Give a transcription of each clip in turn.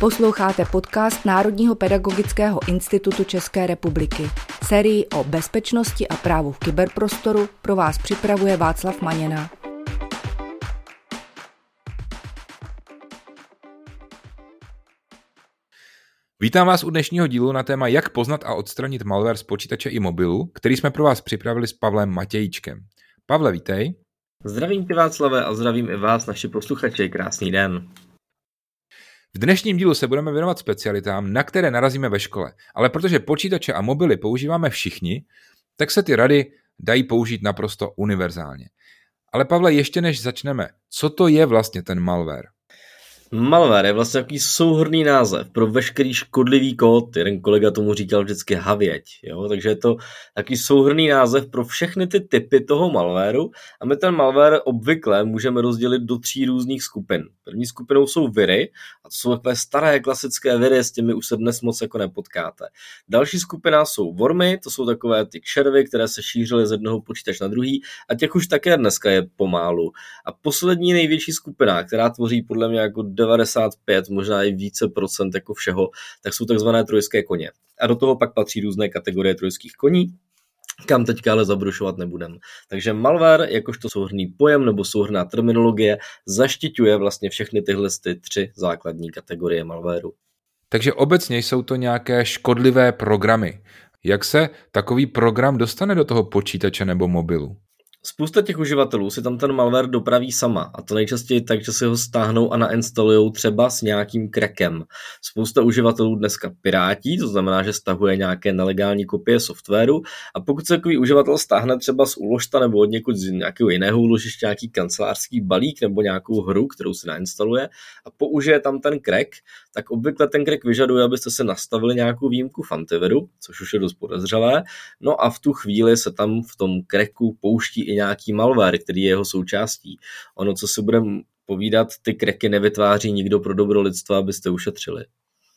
Posloucháte podcast Národního pedagogického institutu České republiky. Sérii o bezpečnosti a právu v kyberprostoru pro vás připravuje Václav Maněna. Vítám vás u dnešního dílu na téma jak poznat a odstranit malware z počítače i mobilu, který jsme pro vás připravili s Pavlem Matějíčkem. Pavle, vítej. Zdravím tě, Václave, a zdravím i vás, naši posluchači. Krásný den. V dnešním dílu se budeme věnovat specialitám, na které narazíme ve škole, ale protože počítače a mobily používáme všichni, tak se ty rady dají použít naprosto univerzálně. Ale Pavle, ještě než začneme, co to je vlastně ten malware? Malware je vlastně takový souhrnný název pro veškerý škodlivý kód. Jeden kolega tomu říkal vždycky havěť. Jo? Takže je to takový souhrnný název pro všechny ty typy toho malwareu. A my ten malware obvykle můžeme rozdělit do 3 různých skupin. První skupinou jsou viry, a to jsou takové staré klasické viry, s těmi už se dnes moc jako nepotkáte. Další skupina jsou wormy, to jsou takové ty kšervy, které se šířily z jednoho počítače na druhý, a těch už také dneska je pomálu. A poslední největší skupina, která tvoří podle mě jako 95, možná i více procent jako všeho, tak jsou takzvané trojské koně. A do toho pak patří různé kategorie trojských koní, kam teďka ale zabrušovat nebudem. Takže malware, jakožto souhrnný pojem nebo souhrnná terminologie, zaštiťuje vlastně všechny tyhle 3 základní kategorie malwareu. Takže obecně jsou to nějaké škodlivé programy. Jak se takový program dostane do toho počítače nebo mobilu? Spousta těch uživatelů si tam ten malware dopraví sama, a to nejčastěji tak, že si ho stáhnou a nainstalujou třeba s nějakým crackem. Spousta uživatelů dneska pirátí, to znamená, že stahuje nějaké nelegální kopie softwaru, a pokud se takový uživatel stáhne třeba z úložta nebo od někud z nějakého jiného úložiště nějaký kancelářský balík nebo nějakou hru, kterou si nainstaluje, a použije tam ten crack, tak obvykle ten crack vyžaduje, abyste se nastavili nějakou výjimku v antiviru, což už je dost podezřelé. No a v tu chvíli se tam v tom cracku pouští i nějaký malware, který je jeho součástí. Ono, co si budeme povídat, ty cracky nevytváří nikdo pro dobro lidstva, abyste ušetřili.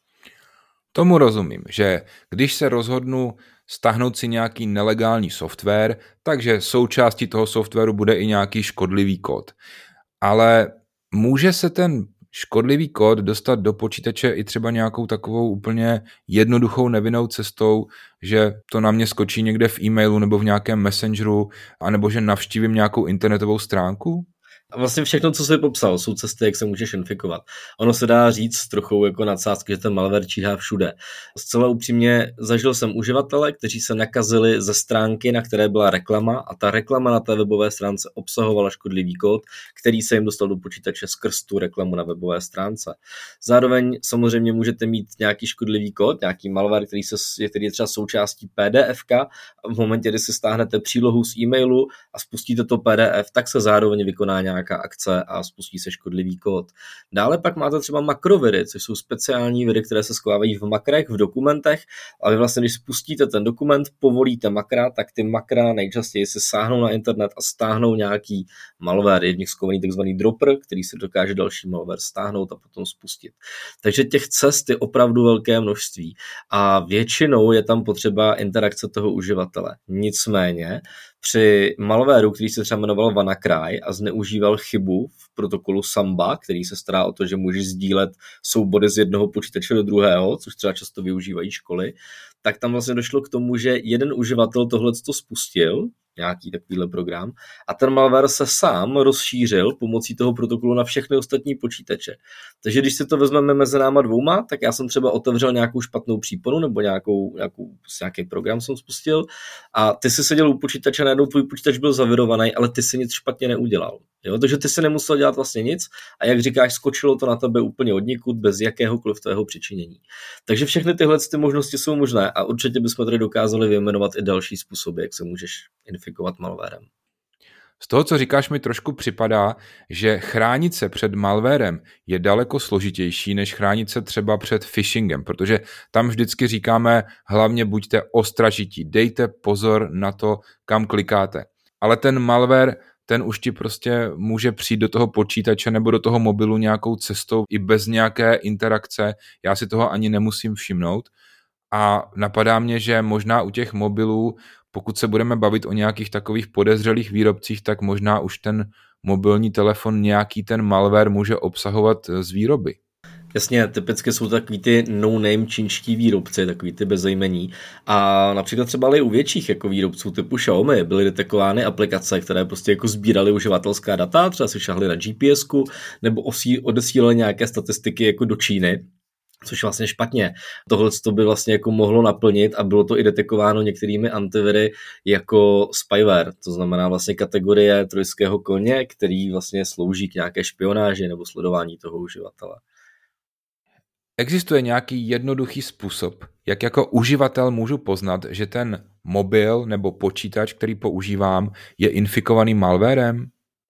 Tomu rozumím, že když se rozhodnu stáhnout si nějaký nelegální software, takže součástí toho softwaru bude i nějaký škodlivý kód. Ale může se ten škodlivý kód dostat do počítače i třeba nějakou takovou úplně jednoduchou nevinnou cestou, že to na mě skočí někde v e-mailu nebo v nějakém messengeru, anebo že navštívím nějakou internetovou stránku? A vlastně všechno, co jsi popsal, jsou cesty, jak se můžeš infikovat. Ono se dá říct trochu jako nadsázky, že ten malware číhá všude. Zcela upřímně zažil jsem uživatele, kteří se nakazili ze stránky, na které byla reklama, a ta reklama na té webové stránce obsahovala škodlivý kód, který se jim dostal do počítače skrz tu reklamu na webové stránce. Zároveň samozřejmě můžete mít nějaký škodlivý kód, nějaký malware, který je třeba součástí PDF-ka, a v momentě, kdy si stáhnete přílohu z e-mailu a spustíte to PDF, tak se zároveň vykoná nějaká akce a spustí se škodlivý kód. Dále pak máte třeba makroviry, což jsou speciální viry, které se schovávají v makrech, v dokumentech, a vy vlastně, když spustíte ten dokument, povolíte makra, tak ty makra nejčastěji se sáhnou na internet a stáhnou nějaký malware. Je v nich schovaný takzvaný dropper, který si dokáže další malware stáhnout a potom spustit. Takže těch cest je opravdu velké množství a většinou je tam potřeba interakce toho uživatele. Nicméně při malwareu, který se třeba jmenoval WannaCry a zneužíval chybu v protokolu Samba, který se stará o to, že můžeš sdílet soubory z jednoho počítače do druhého, což třeba často využívají školy, tak tam vlastně došlo k tomu, že jeden uživatel tohleto spustil, nějaký takovýhle program, a ten malware se sám rozšířil pomocí toho protokolu na všechny ostatní počítače. Takže když si to vezmeme mezi náma dvouma, tak já jsem třeba otevřel nějakou špatnou příponu nebo nějaký program jsem spustil, a ty si seděl u počítače, najednou tvůj počítač byl zavirovaný, ale ty si nic špatně neudělal. Jo? Takže ty si nemusel dělat vlastně nic, a jak říkáš, skočilo to na tebe úplně odnikud, bez jakéhokoliv tvého přičinění. Takže všechny tyhle ty možnosti jsou možné a určitě bychom tady dokázali vyjmenovat i další způsoby, jak se můžeš infikovat malwarem. Z toho, co říkáš, mi trošku připadá, že chránit se před malwarem je daleko složitější, než chránit se třeba před phishingem, protože tam vždycky říkáme, hlavně buďte ostražití, dejte pozor na to, kam klikáte. Ale ten malware, ten už ti prostě může přijít do toho počítače nebo do toho mobilu nějakou cestou i bez nějaké interakce, já si toho ani nemusím všimnout. A napadá mě, že možná u těch mobilů, pokud se budeme bavit o nějakých takových podezřelých výrobcích, tak možná už ten mobilní telefon nějaký ten malware může obsahovat z výroby. Jasně, typicky jsou takový ty no-name čínští výrobci, takový ty bezejmení. A například třeba ale i u větších jako výrobců typu Xiaomi byly detekovány aplikace, které prostě jako sbíraly uživatelská data, třeba si šahly na GPSku, nebo odesílaly nějaké statistiky jako do Číny, což vlastně špatně. Tohle by vlastně jako mohlo naplnit a bylo to i detekováno některými antiviry jako spyware, to znamená vlastně kategorie trojského koně, který vlastně slouží k nějaké špionáži nebo sledování toho uživatele. Existuje nějaký jednoduchý způsob, jak jako uživatel můžu poznat, že ten mobil nebo počítač, který používám, je infikovaný malwarem?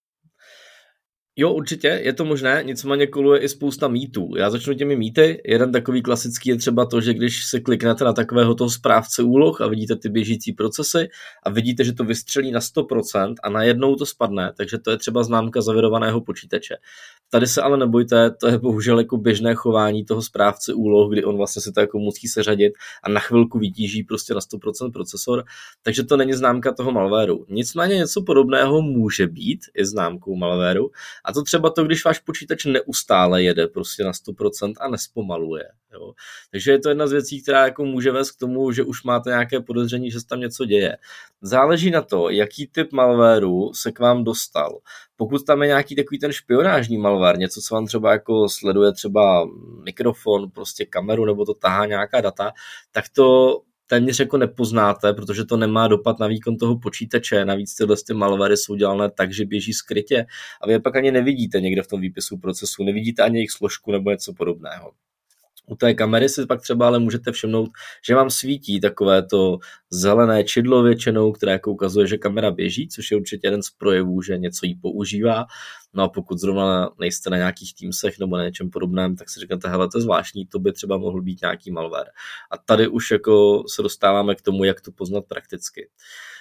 Jo, určitě, je to možné, nicméně koluje i spousta mýtů. Já začnu těmi mýty. Jeden takový klasický je třeba to, že když se kliknete na takového toho správce úloh a vidíte ty běžící procesy a vidíte, že to vystřelí na 100% a najednou to spadne, takže to je třeba známka zavirovaného počítače. Tady se ale nebojte, to je bohužel jako běžné chování toho správce úloh, kdy on vlastně si to jako musí seřadit a na chvilku vytíží prostě na 100% procesor, takže to není známka toho malwaru. Nicméně něco podobného může být i známkou malwaru. A to třeba to, když váš počítač neustále jede prostě na 100% a nespomaluje. Jo. Takže je to jedna z věcí, která jako může vést k tomu, že už máte nějaké podezření, že se tam něco děje. Záleží na to, jaký typ malwaru se k vám dostal. Pokud tam je nějaký takový ten špionážní malware, něco, co vám třeba jako sleduje třeba mikrofon, prostě kameru nebo to tahá nějaká data, tak to téměř jako nepoznáte, protože to nemá dopad na výkon toho počítače. Navíc tyhle malwary jsou dělané tak, že běží skrytě a vy je pak ani nevidíte někde v tom výpisu procesu, nevidíte ani jejich složku nebo něco podobného. U té kamery si pak třeba ale můžete všimnout, že vám svítí takové to zelené čidlo většinou, které jako ukazuje, že kamera běží, což je určitě jeden z projevů, že něco jí používá. No a pokud zrovna nejste na nějakých Teamsech nebo na něčem podobném, tak si říkáte, hele, to je zvláštní, to by třeba mohl být nějaký malware. A tady už jako se dostáváme k tomu, jak to poznat prakticky.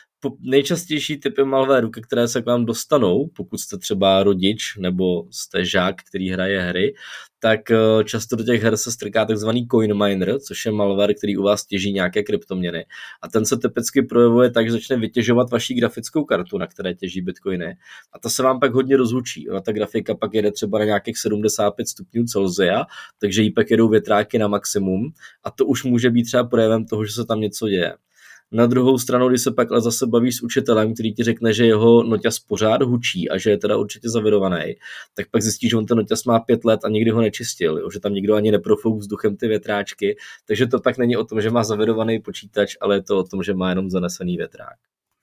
Nejčastější typy malwareu, ke které se k vám dostanou, pokud jste třeba rodič nebo jste žák, který hraje hry, tak často do těch her se strká takzvaný coin miner, což je malware, který u vás těží nějaké kryptoměny. A ten se typicky projevuje tak, že začne vytěžovat vaši grafickou kartu, na které těží bitcoiny. A ta se vám pak hodně rozhučí. Ona ta grafika pak jede třeba na nějakých 75 stupňů Celsia, takže jí pak jedou větráky na maximum a to už může být třeba projevem toho, že se tam něco děje. Na druhou stranu, když se pak ale zase bavíš s učitelem, který ti řekne, že jeho noťaz pořád hučí a že je teda určitě zavirovaný, tak pak zjistíš, že on ten noťaz má 5 let a nikdy ho nečistil, že tam nikdo ani neprofouk vzduchem ty větráčky, takže to pak není o tom, že má zavirovaný počítač, ale je to o tom, že má jenom zanesený větrák.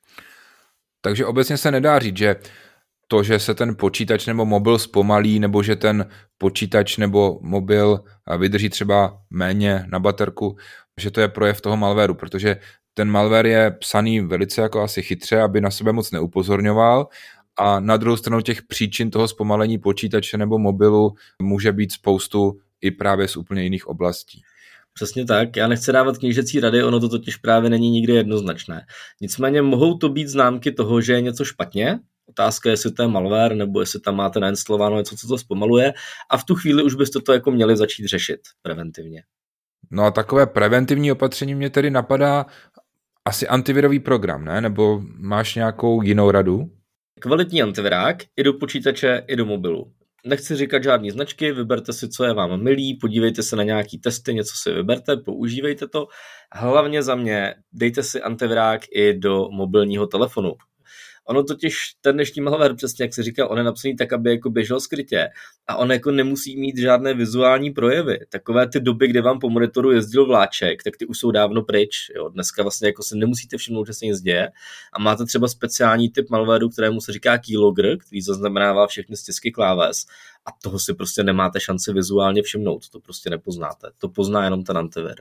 Takže obecně se nedá říct, že to, že se ten počítač nebo mobil zpomalí, nebo že ten počítač nebo mobil vydrží třeba méně na baterku, že to je projev toho malwareu, protože ten malware je psaný velice jako asi chytře, aby na sebe moc neupozorňoval a na druhou stranu těch příčin toho zpomalení počítače nebo mobilu může být spoustu i právě z úplně jiných oblastí. Přesně tak, já nechci dávat knížecí rady, ono to totiž právě není nikdy jednoznačné. Nicméně mohou to být známky toho, že je něco špatně, otázka je, jestli to je malware, nebo jestli tam máte nainstalováno něco, co to zpomaluje a v tu chvíli už byste to jako měli začít řešit preventivně. No a takové preventivní opatření mě tedy napadá asi antivirový program, ne? Nebo máš nějakou jinou radu? Kvalitní antivirák i do počítače, i do mobilu. Nechci říkat žádný značky, vyberte si, co je vám milý, podívejte se na nějaký testy, něco si vyberte, používejte to. Hlavně za mě dejte si antivirák i do mobilního telefonu. Ono totiž, ten dnešní malware, přesně jak se říkal, on je napsaný tak, aby jako běžel skrytě a on jako nemusí mít žádné vizuální projevy. Takové ty doby, kdy vám po monitoru jezdil vláček, tak ty už jsou dávno pryč. Jo. Dneska vlastně jako se nemusíte všimnout, že se nic děje a máte třeba speciální typ malwareu, kterému se říká keylogger, který zaznamenává všechny stisky kláves a toho si prostě nemáte šanci vizuálně všimnout, to prostě nepoznáte. To pozná jenom ten antivir.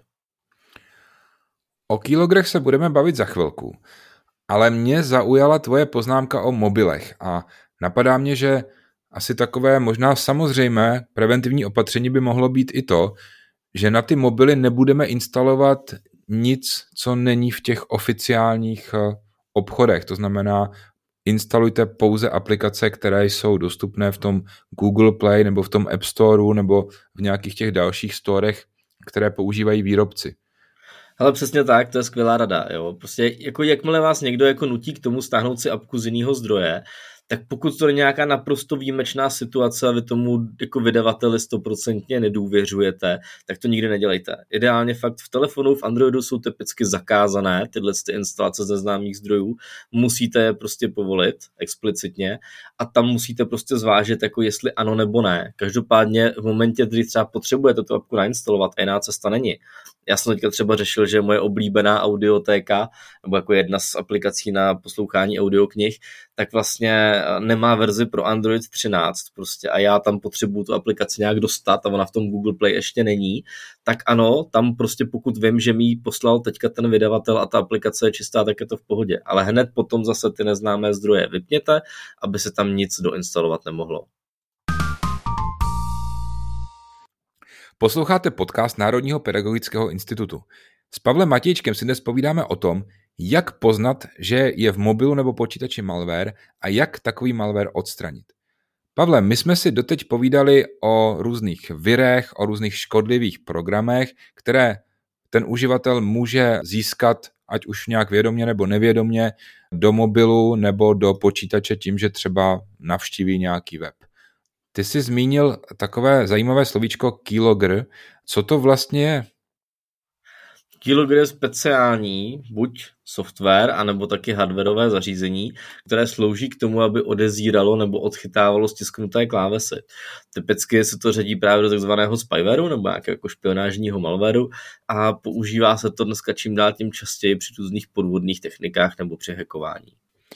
O keyloggerech se budeme bavit za chvilku. Ale mě zaujala tvoje poznámka o mobilech a napadá mě, že asi takové možná samozřejmé preventivní opatření by mohlo být i to, že na ty mobily nebudeme instalovat nic, co není v těch oficiálních obchodech. To znamená, instalujte pouze aplikace, které jsou dostupné v tom Google Play nebo v tom App Storeu nebo v nějakých těch dalších storech, které používají výrobci. Ale přesně tak, to je skvělá rada. Jo. Prostě jako jakmile vás někdo jako nutí k tomu stáhnout si apku z jiného zdroje, tak pokud to je nějaká naprosto výjimečná situace a vy tomu jako vydavateli 100% nedůvěřujete, tak to nikdy nedělejte. Ideálně fakt v telefonu, v Androidu jsou typicky zakázané tyhle instalace ze známých zdrojů, musíte je prostě povolit explicitně a tam musíte prostě zvážit, jako jestli ano nebo ne. Každopádně v momentě, kdy třeba potřebujete tu apku nainstalovat, a jiná cesta není. Já jsem teďka třeba řešil, že moje oblíbená audiotéka, nebo jako jedna z aplikací na poslouchání audioknih, tak vlastně nemá verzi pro Android 13 prostě a já tam potřebuju tu aplikaci nějak dostat a ona v tom Google Play ještě není, tak ano, tam prostě pokud vím, že mi ji poslal teďka ten vydavatel a ta aplikace je čistá, tak je to v pohodě. Ale hned potom zase ty neznámé zdroje vypněte, aby se tam nic doinstalovat nemohlo. Posloucháte podcast Národního pedagogického institutu. S Pavlem Matějčkem si dnes povídáme o tom, jak poznat, že je v mobilu nebo počítači malware a jak takový malware odstranit. Pavle, my jsme si doteď povídali o různých virech, o různých škodlivých programech, které ten uživatel může získat, ať už nějak vědomě nebo nevědomě, do mobilu nebo do počítače tím, že třeba navštíví nějaký web. Ty jsi zmínil takové zajímavé slovíčko keylogger. Co to vlastně je? Keylogger je speciální, buď software, anebo taky hardwareové zařízení, které slouží k tomu, aby odezíralo nebo odchytávalo stisknuté klávesy. Typicky se to řadí právě do takzvaného spywareu nebo nějakého jako špionážního malwareu a používá se to dneska čím dál tím častěji při různých podvodných technikách nebo při hackování.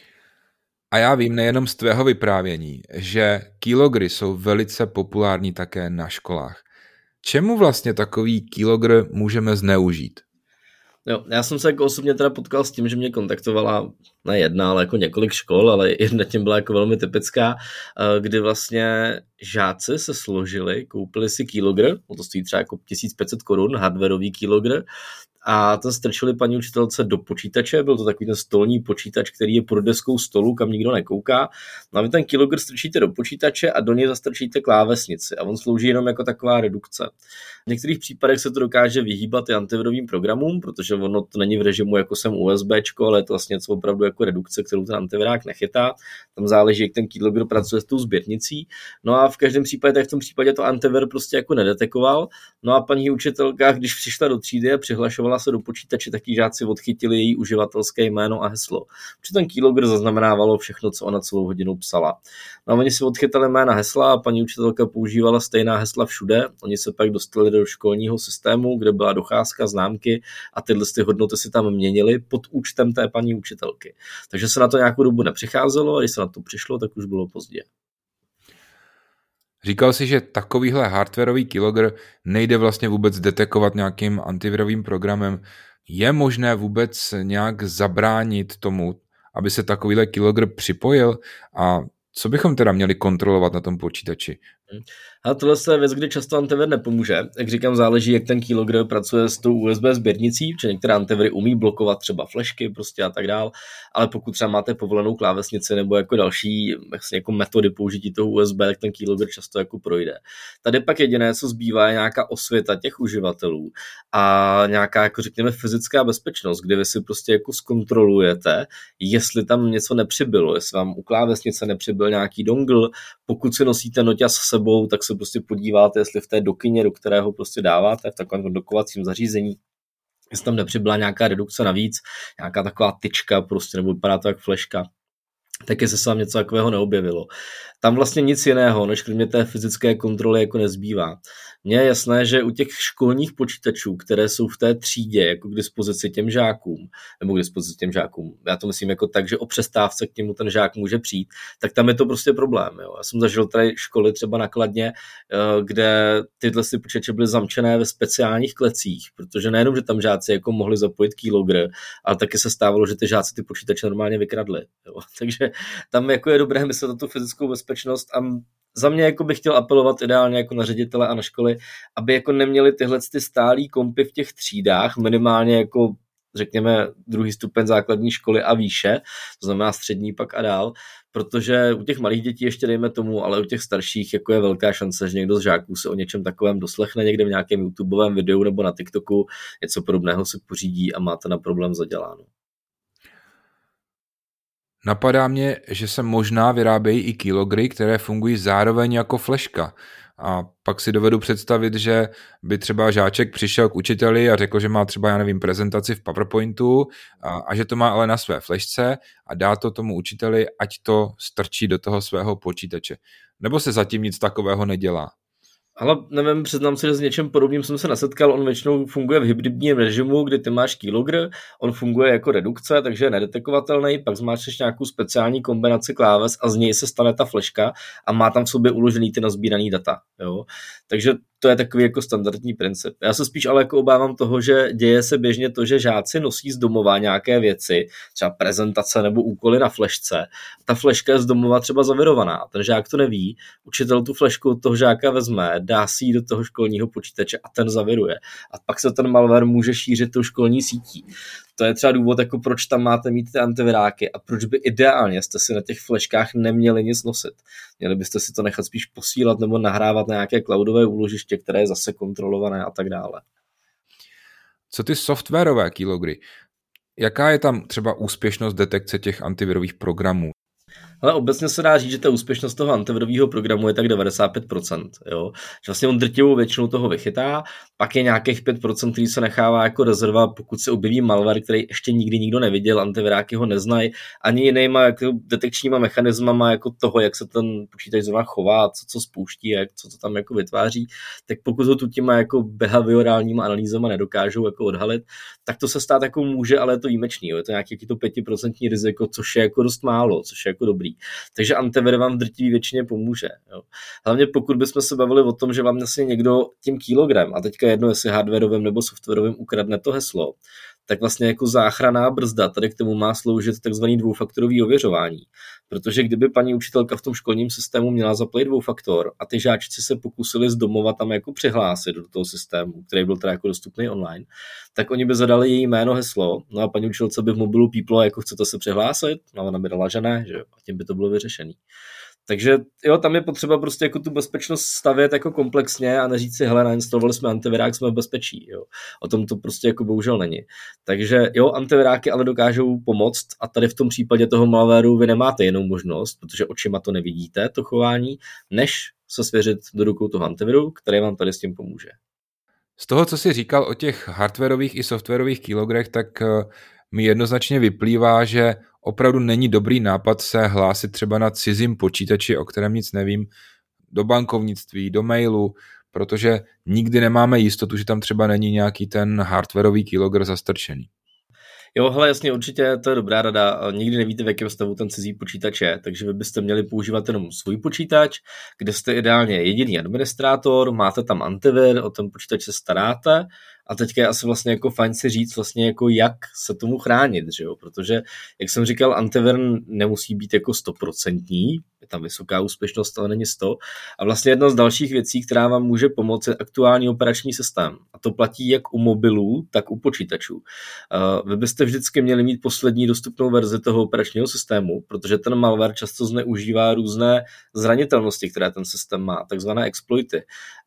A já vím nejenom z tvého vyprávění, že keyloggery jsou velice populární také na školách. Čemu vlastně takový keylogger můžeme zneužít? Jo, já jsem se jako osobně teda potkal s tím, že mě kontaktovala ne jedna, ale jako několik škol, ale jedna tím byla jako velmi typická, kdy vlastně žáci se složili, koupili si keylogger, to stojí třeba jako 1500 korun, hardwareový keylogger, a ten strčili paní učitelce do počítače, byl to takový ten stolní počítač, který je pod deskou stolu, kam nikdo nekouká. No a vy ten keylogger strčíte do počítače a do něj zastrčíte klávesnici a on slouží jenom jako taková redukce. V některých případech se to dokáže vyhýbat i antivirovým programům, protože ono to není v režimu jako sem USBčko, ale je to vlastně něco opravdu jako redukce, kterou ten antivirák nechytá. Tam záleží, jak ten keylogger pracuje s tou sběrnicí. No a v každém případě, tak v tom případě to antivir prostě jako nedetekoval. No a paní učitelka, když přišla do třídy a přihlašovala se do počítače, tak žáci odchytili její uživatelské jméno a heslo. Protože ten keylogger zaznamenávalo všechno, co ona celou hodinu psala. No a oni si odchytali jména hesla a paní učitelka používala stejná hesla všude. Oni se pak dostali do školního systému, kde byla docházka, známky a tyhle hodnoty si tam měnili pod účtem té paní učitelky. Takže se na to nějakou dobu nepřicházelo a když se na to přišlo, tak už bylo pozdě. Říkal jsi, že takovýhle hardwareový keylogger nejde vlastně vůbec detekovat nějakým antivirovým programem. Je možné vůbec nějak zabránit tomu, aby se takovýhle keylogger připojil? A co bychom teda měli kontrolovat na tom počítači? A tohle je věc, kdy často antivir nepomůže. Jak říkám, záleží, jak ten keylogger pracuje s tou USB sběrnicí, protože některé antiviry umí blokovat třeba flashky prostě a tak dál, ale pokud třeba máte povolenou klávesnici nebo jako další jako metody použití toho USB, tak ten keylogger často jako projde. Tady pak jediné, co zbývá, je nějaká osvěta těch uživatelů a nějaká, jako řekněme, fyzická bezpečnost, kdy vy si prostě jako zkontrolujete, jestli tam něco nepřibylo, jestli vám u klávesnice nepřibyl nějaký dongle, pokud si nosíte noťaz s sebou, tak se prostě podíváte, jestli v té dokyně, do kterého prostě dáváte, v takovém dokovacím zařízení, jestli tam nepřibyla nějaká redukce navíc, nějaká taková tyčka prostě, nebo vypadá to jak fleška, tak jestli se vám něco takového neobjevilo. Tam vlastně nic jiného, než kromě té fyzické kontroly jako nezbývá. Mně je jasné, že u těch školních počítačů, které jsou v té třídě jako k dispozici těm žákům, nebo k dispozici těm žákům, já to myslím jako tak, že o přestávce k němu ten žák může přijít, tak tam je to prostě problém. Jo. Já jsem zažil tady školy třeba na Kladně, kde tyhle si počítače byly zamčené ve speciálních klecích, protože nejenom, že tam žáci jako mohli zapojit keylogger, ale taky se stávalo, že ty žáci ty počítače normálně vykradli. Jo. Takže tam jako je dobré myslet na tu fyzickou bezpečnost a za mě jako bych chtěl apelovat ideálně jako na ředitele a na školy, aby jako neměli tyhle ty stálý kompy v těch třídách, minimálně jako řekněme druhý stupeň základní školy a výše, to znamená střední pak a dál, protože u těch malých dětí ještě dejme tomu, ale u těch starších jako je velká šance, že někdo z žáků se o něčem takovém doslechne někde v nějakém YouTubeovém videu nebo na TikToku, něco podobného si pořídí a máte na problém zaděláno. Napadá mě, že se možná vyrábějí i kilogry, které fungují zároveň jako fleška. A pak si dovedu představit, že by třeba žáček přišel k učiteli a řekl, že má třeba, já nevím, prezentaci v PowerPointu a že to má ale na své flešce a dá to tomu učiteli, ať to strčí do toho svého počítače. Nebo se zatím nic takového nedělá? Ale nevím, přiznám se, že s něčem podobným jsem se nesetkal. On většinou funguje v hybridním režimu, kdy ty máš keylogger, on funguje jako redukce, takže je nedetekovatelný, pak zmáčneš nějakou speciální kombinaci kláves a z něj se stane ta fleška a má tam v sobě uložený ty nazbíraný data. Jo? Takže to je takový jako standardní princip. Já se spíš ale jako obávám toho, že děje se běžně to, že žáci nosí z domova nějaké věci, třeba prezentace nebo úkoly na flešce. Ta fleška je z domova třeba zavirovaná, ten žák to neví, učitel tu flešku od toho žáka vezme, dá si ji do toho školního počítače a ten zaviruje. A pak se ten malware může šířit tou školní sítí. To je třeba důvod, jako proč tam máte mít ty antiviráky a proč by ideálně jste si na těch fleškách neměli nic nosit. Měli byste si to nechat spíš posílat nebo nahrávat na nějaké cloudové úložiště, které je zase kontrolované a tak dále. Co ty softwarové keylogry? Jaká je tam třeba úspěšnost detekce těch antivirových programů? Ale obecně se dá říct, že ta úspěšnost toho antivirového programu je tak 95%. Jo? Že vlastně on drtivou většinu toho vychytá, pak je nějakých 5%, který se nechává jako rezerva, pokud se objeví malware, který ještě nikdy nikdo neviděl, antiviráky ho neznají, ani jinýma jako detekčníma mechanismama jako toho, jak se ten počítač zrovna chová, co spouští, co to tam jako vytváří, tak pokud ho tu těma jako behaviorálníma analýzama nedokážou jako odhalit, tak to se stát jako může, ale je to výjimečný. Jo? Je to nějaký to 5% riziko, což je jako dost málo, což je jako dobrý. Takže antivir vám v drtivé většině pomůže. Jo. Hlavně pokud bychom se bavili o tom, že vám asi někdo tím kilogrem, a teďka jedno, jestli hardwarovým nebo softwarovým ukradne to heslo, tak vlastně jako záchranná brzda tady k tomu má sloužit takzvaný dvoufaktorový ověřování. Protože kdyby paní učitelka v tom školním systému měla zapojit dvoufaktor a ty žáčci se pokusili z domova tam jako přihlásit do toho systému, který byl teda jako dostupný online, tak oni by zadali její jméno, heslo, no a paní učitelce by v mobilu píplo, jako chcete se přihlásit, no a ona by dala, že ne, že jo, a tím by to bylo vyřešený. Takže jo, tam je potřeba prostě jako tu bezpečnost stavět jako komplexně a neříct si, hele, nainstalovali jsme antivirák, jsme v bezpečí, jo. O tom to prostě jako bohužel není. Takže jo, antiviráky ale dokážou pomoct a tady v tom případě toho malwareu vy nemáte jinou možnost, protože očima to nevidíte, to chování, než se svěřit do rukou toho antiviru, který vám tady s tím pomůže. Z toho, co jsi říkal o těch hardwarových i softwarových keylogrech, tak mi jednoznačně vyplývá, že opravdu není dobrý nápad se hlásit třeba na cizím počítači, o kterém nic nevím, do bankovnictví, do mailu, protože nikdy nemáme jistotu, že tam třeba není nějaký ten hardwarový keylogger zastrčený. Jo, hele, jasně, určitě to je dobrá rada. Nikdy nevíte, v jakém stavu ten cizí počítač je, takže vy byste měli používat jenom svůj počítač, kde jste ideálně jediný administrátor, máte tam antivir, o ten počítač se staráte a teďka je asi vlastně jako fajn si říct vlastně jako jak se tomu chránit, že jo? Protože, jak jsem říkal, antivir nemusí být jako 100%, je tam vysoká úspěšnost, ale není 100. A vlastně jedna z dalších věcí, která vám může pomoct, je aktuální operační systém. A to platí jak u mobilů, tak u počítačů. Vy byste vždycky měli mít poslední dostupnou verzi toho operačního systému, protože ten malware často zneužívá různé zranitelnosti, které ten systém má, takzvané exploity.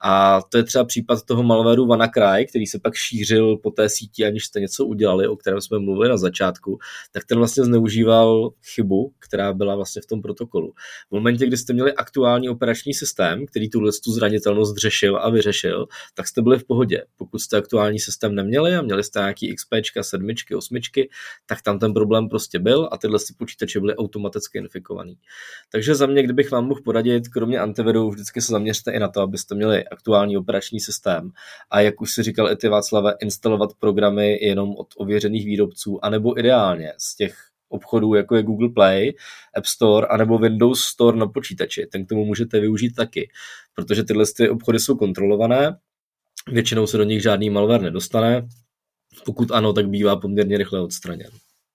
A to je třeba případ toho malwareu WannaCry, který se pak šířil po té síti, aniž jste něco udělali, o kterém jsme mluvili na začátku, tak ten vlastně zneužíval chybu, která byla vlastně v tom protokolu. V momentě, kdy jste měli aktuální operační systém, který tu zranitelnost řešil a vyřešil, tak jste byli v pohodě. Pokud jste aktuální systém neměli a měli jste nějaký XPčka, 7, 8, tak tam ten problém prostě byl a tyhle počítače byly automaticky infikovaný. Takže za mě, kdybych vám mohl poradit, kromě antiviru, vždycky se zaměřte i na to, abyste měli aktuální operační systém a jak už si říkal i ty Václave, instalovat programy jenom od ověřených výrobců, anebo ideálně z těch obchodů, jako je Google Play, App Store, anebo Windows Store na počítači. Ten k tomu můžete využít taky, protože tyhle obchody jsou kontrolované, většinou se do nich žádný malware nedostane, pokud ano, tak bývá poměrně rychle odstraněn.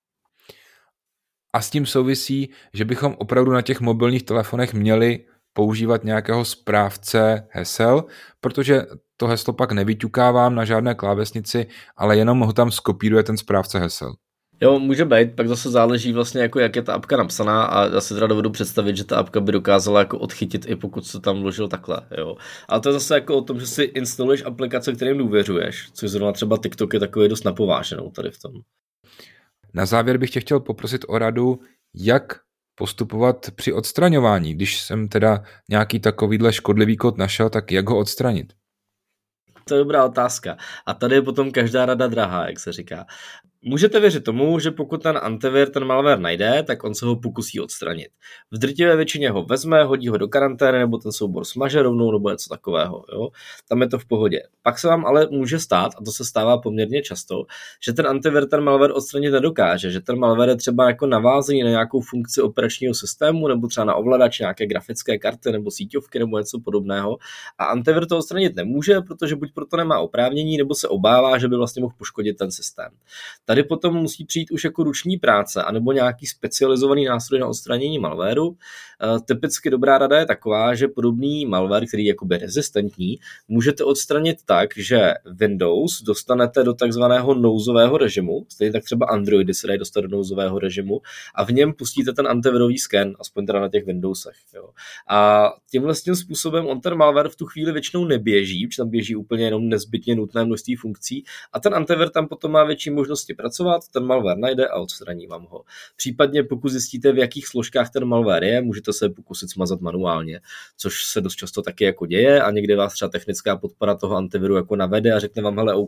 A s tím souvisí, že bychom opravdu na těch mobilních telefonech měli používat nějakého správce hesel, protože to heslo pak nevyťukávám na žádné klávesnici, ale jenom ho tam skopíruje ten správce hesel. Jo, může být, pak zase záleží vlastně jako jak je ta apka napsaná a já si teda dovedu představit, že ta apka by dokázala jako odchytit i pokud se tam vložil takhle, jo. Ale to je zase jako o tom, že si instaluješ aplikace, kterým důvěřuješ, což zrovna třeba TikTok je takový dost napováženou tady v tom. Na závěr bych tě chtěl poprosit o radu, jak postupovat při odstraňování. Když jsem teda nějaký takovýhle škodlivý kód našel, tak jak ho odstranit? To je dobrá otázka. A tady je potom každá rada drahá, jak se říká. Můžete věřit tomu, že pokud ten antivir ten malware najde, tak on se ho pokusí odstranit. V drtivé většině ho vezme, hodí ho do karantény, nebo ten soubor smaže rovnou, nebo něco takového. Jo? Tam je to v pohodě. Pak se vám ale může stát, a to se stává poměrně často, že ten antivir ten malware odstranit nedokáže, že ten malware je třeba jako navázaný na nějakou funkci operačního systému, nebo třeba na ovladač nějaké grafické karty, nebo síťovky, nebo něco podobného. A antivir to odstranit nemůže, protože buď proto nemá oprávnění, nebo se obává, že by vlastně mohl poškodit ten systém. Tady potom musí přijít už jako ruční práce anebo nějaký specializovaný nástroj na odstranění malwareu. Typicky dobrá rada je taková, že podobný malware, který je jakoby rezistentní, můžete odstranit tak, že Windows dostanete do takzvaného nouzového režimu, stejně tak třeba Androidy se dají dostat do nouzového režimu a v něm pustíte ten antivirový sken, aspoň teda na těch Windowsech. Jo. A tímhle způsobem on ten malware v tu chvíli většinou neběží, protože tam běží úplně jenom nezbytně nutné množství funkcí a ten antivir tam potom má větší možnosti pracovat, ten malware najde a odstraní vám ho. Případně pokud zjistíte, v jakých složkách ten malware je, můžete se pokusit smazat manuálně, což se dost často taky jako děje a někdy vás třeba technická podpora toho antiviru jako navede a řekne vám, hele, OK,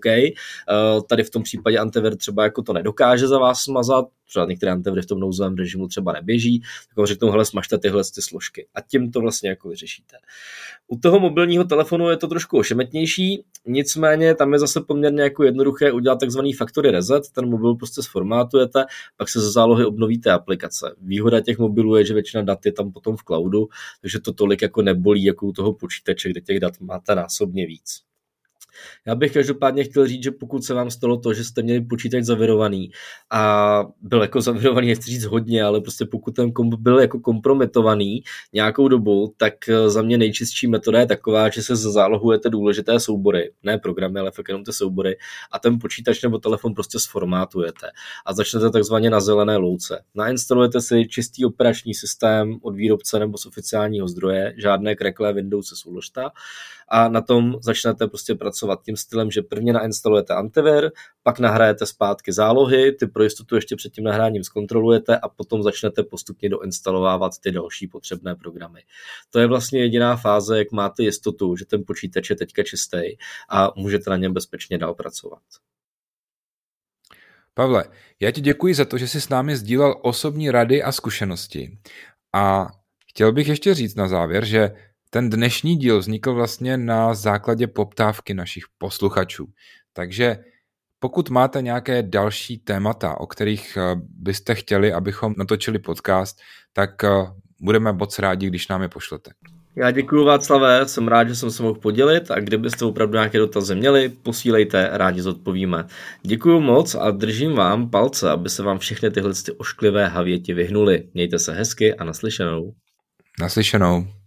tady v tom případě antivir třeba jako to nedokáže za vás smazat, třeba některé antiviry v tom nouzovém režimu třeba neběží, tak vám řeknou, hele, smažte tyhle ty složky a tím to vlastně jako vyřešíte. U toho mobilního telefonu je to trošku ošemetnější, nicméně tam je zase poměrně jako jednoduché udělat takzvaný factory reset, ten mobil prostě sformátujete, pak se ze zálohy obnovíte aplikace. Výhoda těch mobilů je, že většina dat je tam potom v cloudu, takže to tolik jako nebolí jako u toho počítače, kde těch dat máte násobně víc. Já bych každopádně chtěl říct, že pokud se vám stalo to, že jste měli počítač zavirovaný a byl jako zavirovaný, nechci říct hodně, ale prostě pokud ten komp byl jako kompromitovaný nějakou dobu, tak za mě nejčistší metoda je taková, že se zálohujete důležité soubory, ne programy, ale fakt jenom ty soubory a ten počítač nebo telefon prostě sformátujete a začnete takzvaně na zelené louce. Nainstalujete si čistý operační systém od výrobce nebo z oficiálního zdroje, žádné kreklé Windowsy z uložta a na tom začnete prostě pracovat tím stylem, že prvně nainstalujete antivir, pak nahrajete zpátky zálohy, ty pro jistotu ještě před tím nahráním zkontrolujete a potom začnete postupně doinstalovávat ty další potřebné programy. To je vlastně jediná fáze, jak máte jistotu, že ten počítač je teďka čistý a můžete na něm bezpečně dál pracovat. Pavle, já ti děkuji za to, že jsi s námi sdílel osobní rady a zkušenosti. A chtěl bych ještě říct na závěr, že ten dnešní díl vznikl vlastně na základě poptávky našich posluchačů. Takže pokud máte nějaké další témata, o kterých byste chtěli, abychom natočili podcast, tak budeme moc rádi, když nám je pošlete. Já děkuji, Václave, jsem rád, že jsem se mohl podělit a kdybyste opravdu nějaké dotazy měli, posílejte, rádi zodpovíme. Děkuji moc a držím vám palce, aby se vám všechny tyhle ošklivé havěti vyhnuly. Mějte se hezky a naslyšenou. Naslyšenou.